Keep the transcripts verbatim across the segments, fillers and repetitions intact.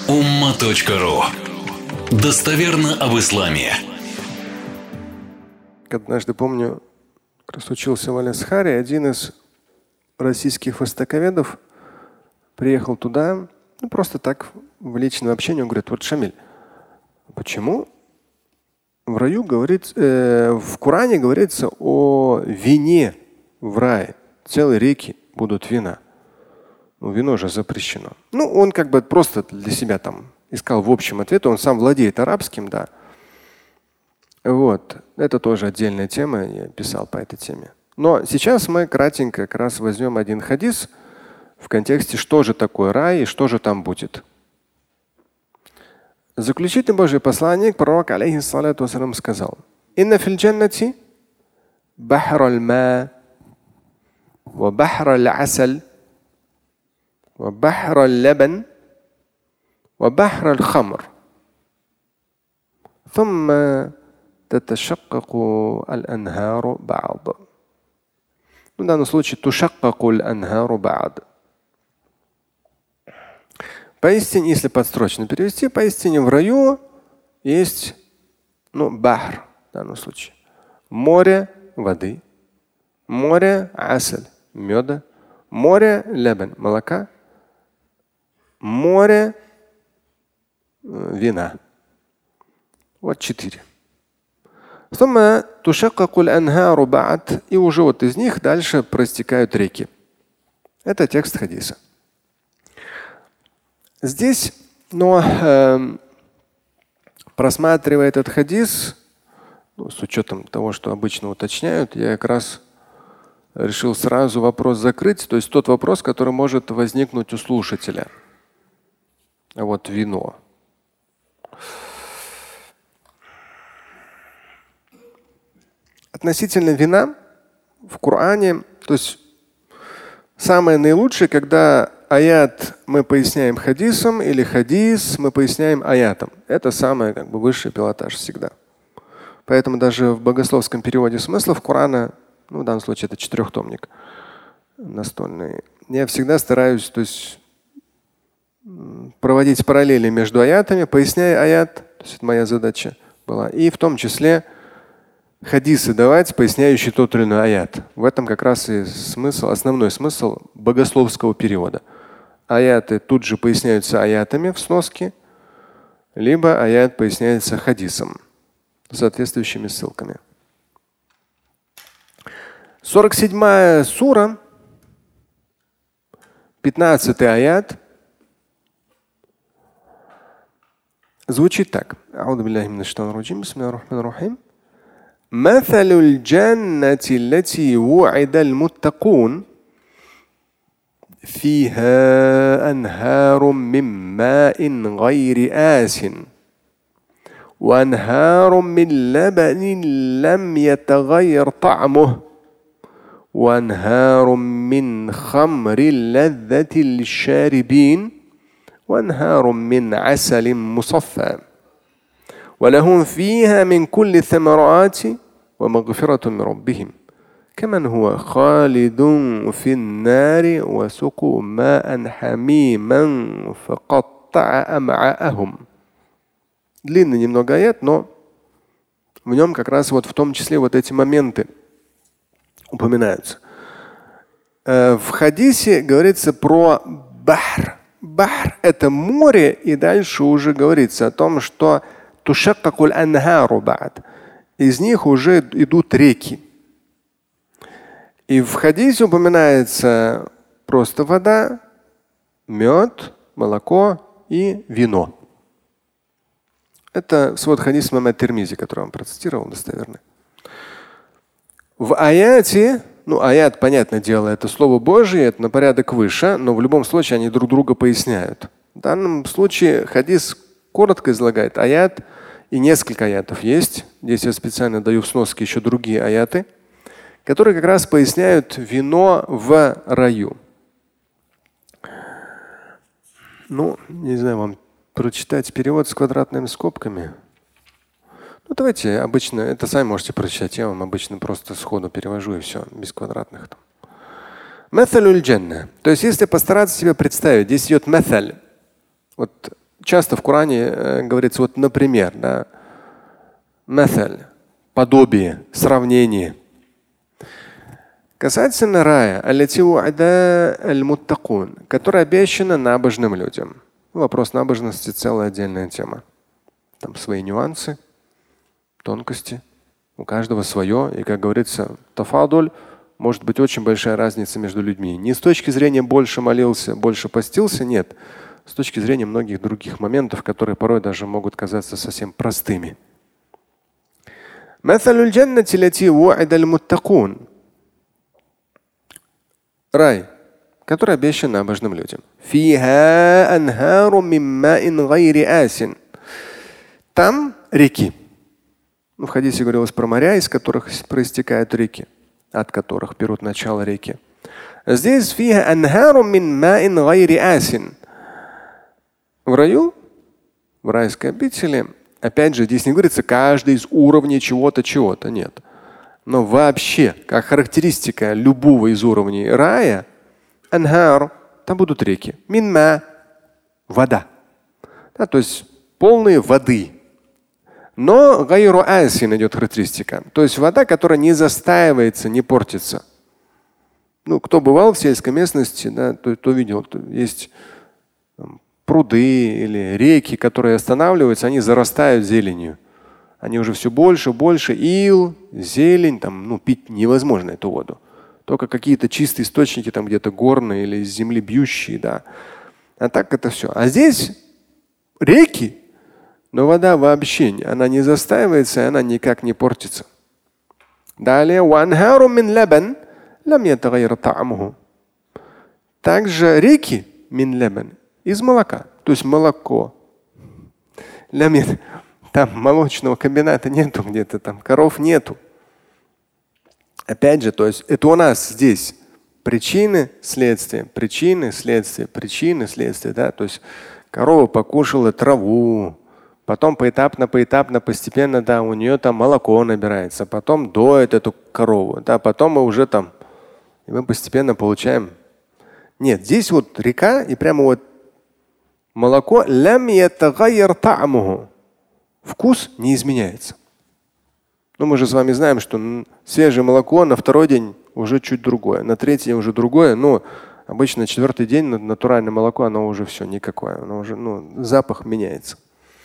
умма точка ру. Достоверно об исламе. Однажды, помню, как раз учился в Аль-Азхаре, один из российских востоковедов приехал туда, ну, просто так в личном общении. Он говорит: вот, Шамиль, почему в раю говорится, э, в Коране говорится о вине в рае? Целые реки будут вина. Ну, вино же запрещено. Ну, он как бы просто для себя там искал в общем ответ. Он сам владеет арабским, да. Вот. Это тоже отдельная тема. Я писал по этой теме. Но сейчас мы кратенько как раз возьмем один хадис в контексте, что же такое рай и что же там будет. Заключительный Божий посланник, пророк алейхиссалату вассалам, сказал: «Инна фил джаннати бахра аль-ма ва бахра аль-асаль ва бахра аль-лабан ва бахра аль-хамр. Thumma таташаккаку аль-анхару ба'д». В данном случае тушаккаку аль-анхару ба'д. Поистине, если подстрочно перевести, поистине в раю есть, ну, бахр в данном случае. Море воды, море асаль, меда, море лебен, молока, море вина. Вот четыре. И уже вот из них дальше проистекают реки. Это текст хадиса. Здесь, но э, просматривая этот хадис, ну, с учетом того, что обычно уточняют, я как раз решил сразу вопрос закрыть, то есть тот вопрос, который может возникнуть у слушателя. А вот вино. Относительно вина в Коране, то есть самое наилучшее, когда аят мы поясняем хадисом или хадис мы поясняем аятом. Это самый как бы высший пилотаж всегда. Поэтому даже в богословском переводе смыслов Корана, ну, в данном случае это четырехтомник настольный, я всегда стараюсь, то есть, проводить параллели между аятами, поясняя аят, то есть это моя задача была, и в том числе хадисы давать, поясняющие тот или иной аят. В этом как раз и смысл, основной смысл богословского перевода. Аяты тут же поясняются аятами в сноске, либо аят поясняется хадисом, соответствующими ссылками. сорок седьмая сура, пятнадцатый аят, звучит так. مثل الجنة التي وعد المتقون فيها أنهار من ماء غير آسٍ وأنهار من لبن لم يتغير طعمه وأنهار من خمر لذة للشاربين وأنهار من عسل مصفى ولهم فيها من كل الثمرات ومغفرة من ربهم كمن هو خالد في النار وسقوا ماء حميما فقطع أمعاءهم. Длинный немного аят, но в нем как раз вот в том числе вот эти моменты упоминаются. В хадисе говорится про бахр. Бахр – это море, и дальше уже говорится о том, что тушаккаку аль-анхару ба'д. Из них уже идут реки. И в хадисе упоминается просто вода, мед, молоко и вино. Это свод хадис имама ат-Тирмизи, который я вам процитировал, достоверный. В аяте, ну аят, понятное дело, это слово Божие, это на порядок выше, но в любом случае они друг друга поясняют. В данном случае хадис коротко излагает аят, и несколько аятов есть. Здесь я специально даю в сноске еще другие аяты, которые как раз поясняют вино в раю. Ну, не знаю, вам прочитать перевод с квадратными скобками. Ну, давайте обычно, это сами можете прочитать, я вам обычно просто сходу перевожу и все, без квадратных. Маталюль джанна. То есть, если постараться себе представить, здесь идет маталь. Вот часто в Коране э, говорится, вот, например, да, масаль, подобие, сравнение. Касательно рая, который обещана набожным людям. Вопрос набожности — целая отдельная тема. Там свои нюансы, тонкости. У каждого свое. И, как говорится, тафадуль, может быть очень большая разница между людьми. Не с точки зрения больше молился, больше постился, нет. С точки зрения многих других моментов, которые порой даже могут казаться совсем простыми. Рай, который обещан набожным людям. Там реки. Ну, в хадисе говорилось про моря, из которых проистекают реки, от которых берут начало реки. Здесь в раю, в райской обители, опять же, здесь не говорится каждый из уровней чего-то, чего-то, нет. Но вообще, как характеристика любого из уровней рая, анхар, там будут реки. Минма – вода. Да, то есть полные воды. Но гайру асин идет характеристика. То есть вода, которая не застаивается, не портится. Ну, кто бывал в сельской местности, да, то, то видел, то есть там, пруды или реки, которые останавливаются, они зарастают зеленью. Они уже все больше, больше, ил, зелень, там, ну, пить невозможно эту воду. Только какие-то чистые источники, там где-то горные или из земли бьющие, да. А так это все. А здесь реки, но вода вообще, она не застаивается, и она никак не портится. Далее, также реки мин лабан, из молока, то есть молоко. Там молочного комбината нету где-то, там коров нету. Опять же, то есть это у нас здесь причины, следствия, причины, следствия, причины, следствия. Да? То есть корова покушала траву, потом поэтапно, поэтапно, постепенно, да, у нее там молоко набирается, потом доит эту корову, да, потом мы уже там, и мы постепенно получаем. Нет, здесь вот река, и прямо вот молоко лям ятагайяр та'муху. Вкус не изменяется. Ну, мы же с вами знаем, что свежее молоко на второй день уже чуть другое, на третий день уже другое. Но обычно на четвертый день натуральное молоко, оно уже все никакое. Оно уже, ну, запах меняется.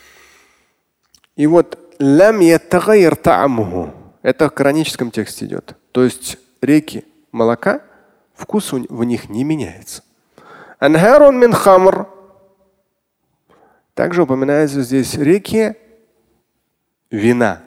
И вот лям ятагайяр та'муху. Это в кораническом тексте идет. То есть реки молока, вкус в них не меняется. Анхарун мин хамр. Также упоминаются здесь реки вина.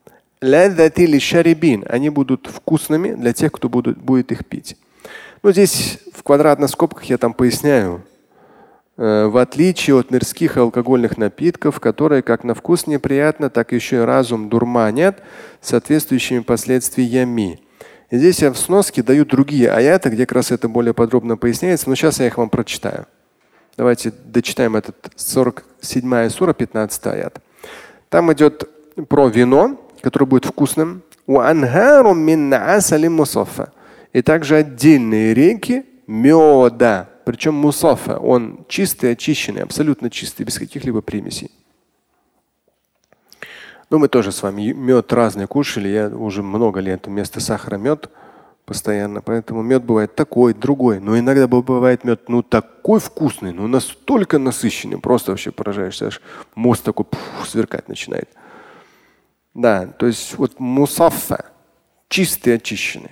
Они будут вкусными для тех, кто будет, будет их пить. Ну, здесь в квадратных скобках я там поясняю. Э, в отличие от мирских алкогольных напитков, которые как на вкус неприятно, так еще и разум дурманят соответствующими последствиями. И здесь я в сноске даю другие аяты, где как раз это более подробно поясняется, но сейчас я их вам прочитаю. Давайте дочитаем этот сорок седьмая сура, пятнадцатый аят. Там идет про вино, которое будет вкусным. И также отдельные реки меда. Причем мусафа, он чистый, очищенный, абсолютно чистый, без каких-либо примесей. Ну, мы тоже с вами мед разный кушали. Я уже много лет вместо сахара мед постоянно. Поэтому мед бывает такой, другой. Но иногда бывает мед ну такой вкусный, ну настолько насыщенный. Просто вообще поражаешься. Аж мозг такой пух, сверкать начинает. Да, то есть вот мусафа, чистый, очищенный.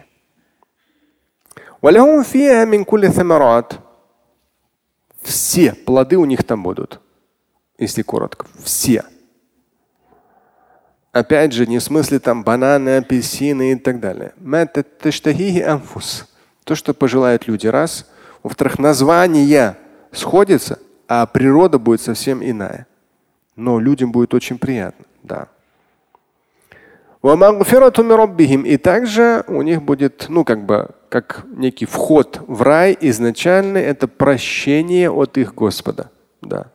Все плоды у них там будут. Если коротко. Все. Опять же, не в смысле там бананы, апельсины и так далее. То, что пожелают люди, раз. Во-вторых, названия сходятся, а природа будет совсем иная. Но людям будет очень приятно. Да. И также у них будет, ну, как бы, как некий вход в рай изначальный, это прощение от их Господа. Да.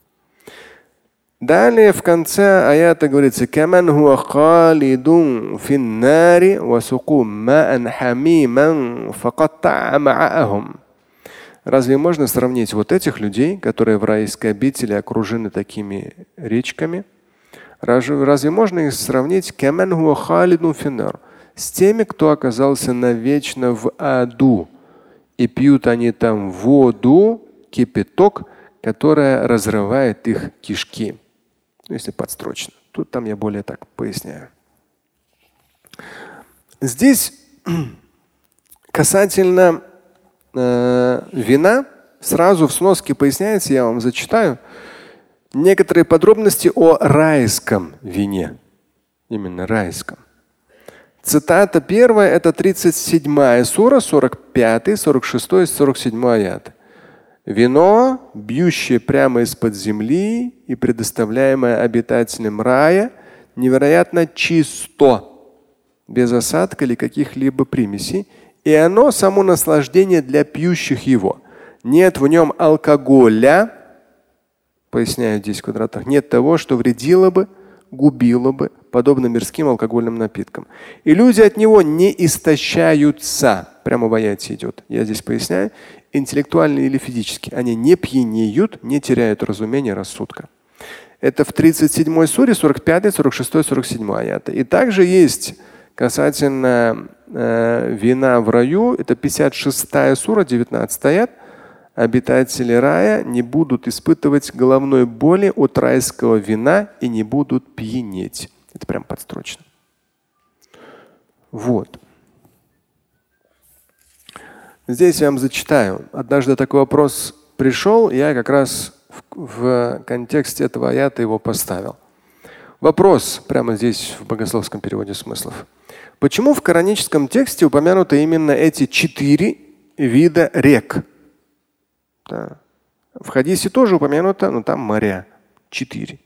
Далее в конце аята говорится: «Каман хуа халидун финнари ва суку маан хамиман факатта'a ма'ахум». Разве можно сравнить вот этих людей, которые в райской обители окружены такими речками? Разве, разве можно их сравнить с теми, кто оказался навечно в аду, и пьют они там воду, кипяток, которая разрывает их кишки? Если подстрочно. Тут там я более так поясняю. Здесь касательно э, вина сразу в сноске поясняется, я вам зачитаю, некоторые подробности о райском вине. Именно райском. Цитата первая, это тридцать седьмая сура, сорок пятый, сорок шестой, сорок седьмой аяты. Вино, бьющее прямо из-под земли и предоставляемое обитателям рая, невероятно чисто, без осадка или каких-либо примесей, и оно само наслаждение для пьющих его. Нет в нем алкоголя, поясняю здесь в квадратах, нет того, что вредило бы, губило бы, подобно мирским алкогольным напиткам. И люди от него не истощаются. Прямо в аяте идет. Я здесь поясняю. Интеллектуально или физически. Они не пьянеют, не теряют разумения, рассудка. Это в тридцать седьмой суре, сорок пятый, сорок шестой, сорок седьмой аяты. И также есть касательно э, вина в раю. Это пятьдесят шестая сура, девятнадцатый аят. Обитатели рая не будут испытывать головной боли от райского вина и не будут пьянеть. Это прям подстрочно. Вот. Здесь я вам зачитаю. Однажды такой вопрос пришел, я как раз в, в контексте этого аята его поставил. Вопрос прямо здесь в богословском переводе смыслов. Почему в кораническом тексте упомянуты именно эти четыре вида рек? Да. В хадисе тоже упомянуто, но там моря. Четыре.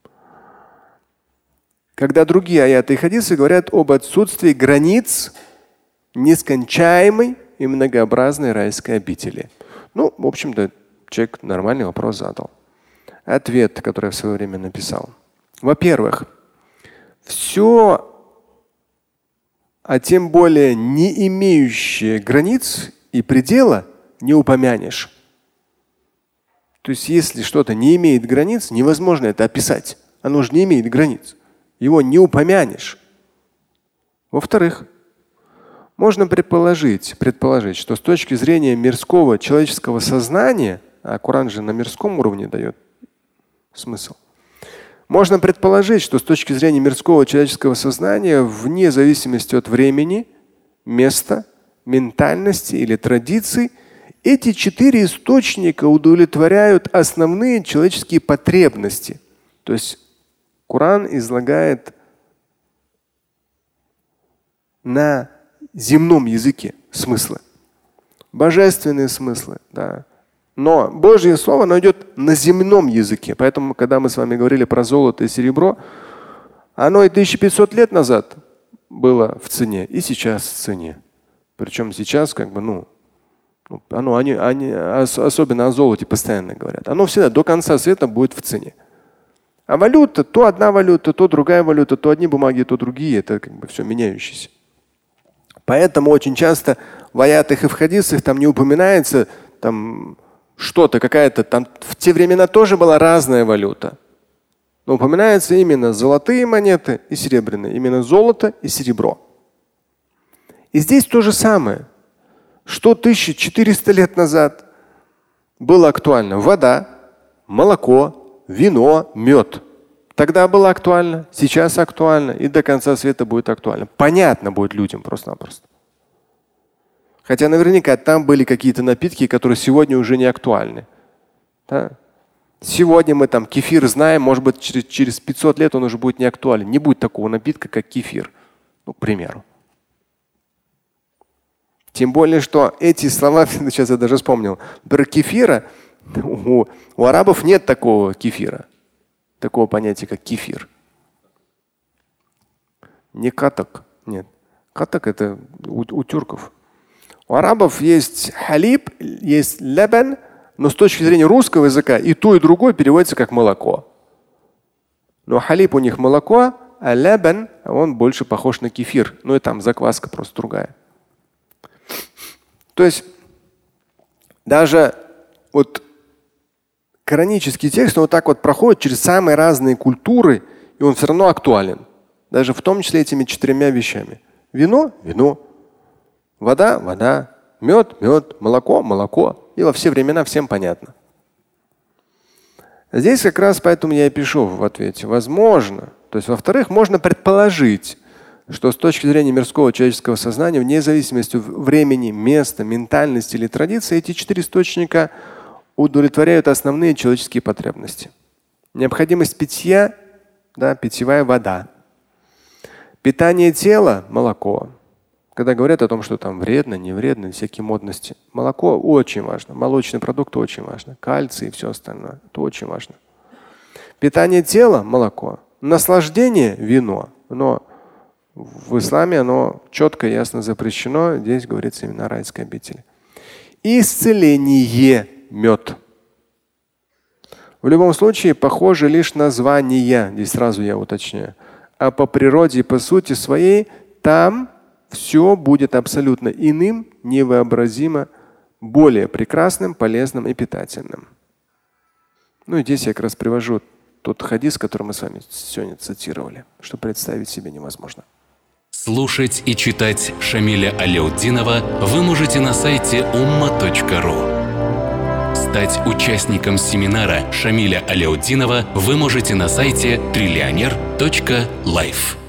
Когда другие аяты и хадисы говорят об отсутствии границ нескончаемой и многообразной райской обители. Ну, в общем-то, человек нормальный вопрос задал. Ответ, который я в свое время написал. Во-первых, все, а тем более не имеющие границ и предела, не упомянешь. То есть, если что-то не имеет границ, невозможно это описать. Оно же не имеет границ. Его не упомянешь. Во-вторых, можно предположить, предположить, что с точки зрения мирского человеческого сознания, а Коран же на мирском уровне дает смысл, можно предположить, что с точки зрения мирского человеческого сознания, вне зависимости от времени, места, ментальности или традиций, эти четыре источника удовлетворяют основные человеческие потребности. То есть Коран излагает на земном языке смыслы, божественные смыслы, да. Но Божье Слово, оно идет на земном языке. Поэтому, когда мы с вами говорили про золото и серебро, оно и тысяча пятьсот лет назад было в цене, и сейчас в цене. Причем сейчас, как бы, ну, оно, они, они, особенно о золоте постоянно говорят. Оно всегда до конца света будет в цене. А валюта, то одна валюта, то другая валюта, то одни бумаги, то другие. Это как бы все меняющееся. Поэтому очень часто в аятах и в хадисах там не упоминается там что-то, какая-то там в те времена тоже была разная валюта. Но упоминается именно золотые монеты и серебряные, именно золото и серебро. И здесь то же самое. Что тысяча четыреста лет назад было актуально? Вода, молоко, вино, мед. Тогда было актуально, сейчас актуально и до конца света будет актуально. Понятно будет людям просто-напросто. Хотя наверняка там были какие-то напитки, которые сегодня уже не актуальны. Да? Сегодня мы там кефир знаем, может быть, через, через пятьсот лет он уже будет не актуален. Не будет такого напитка, как кефир. Ну, к примеру. Тем более, что эти слова, сейчас я даже вспомнил, про кефира, у, у арабов нет такого кефира, такого понятия, как кефир. Не каток, нет. Каток это у, у тюрков. У арабов есть халиб, есть лебен, но с точки зрения русского языка и то, и другое переводится как молоко. Но халиб у них молоко, а лебен, он больше похож на кефир. Ну и там закваска просто другая. То есть Даже вот коранический текст, он вот так вот проходит через самые разные культуры, и он все равно актуален. Даже в том числе этими четырьмя вещами. Вино – вино, вода – вода, мед – мед, молоко – молоко. И во все времена всем понятно. Здесь как раз поэтому я и пишу в ответе. Возможно. То есть, во-вторых, можно предположить, что с точки зрения мирского человеческого сознания, вне зависимости от времени, места, ментальности или традиции, эти четыре источника удовлетворяют основные человеческие потребности. Необходимость питья, да, питьевая вода. Питание тела – молоко. Когда говорят о том, что там вредно, не вредно, всякие модности. Молоко очень важно, молочный продукт очень важно, кальций и все остальное. Это очень важно. Питание тела – молоко. Наслаждение – вино. Но в исламе оно четко и ясно запрещено. Здесь говорится именно о райской обители. Исцеление – мед. В любом случае, похоже лишь название. Здесь сразу я уточняю. А по природе и по сути своей там все будет абсолютно иным, невообразимо более прекрасным, полезным и питательным. Ну и здесь я как раз привожу тот хадис, который мы с вами сегодня цитировали, что представить себе невозможно. Слушать и читать Шамиля Аляутдинова вы можете на сайте умма точка ру. Стать участником семинара Шамиля Аляутдинова вы можете на сайте триллионер точка лайф.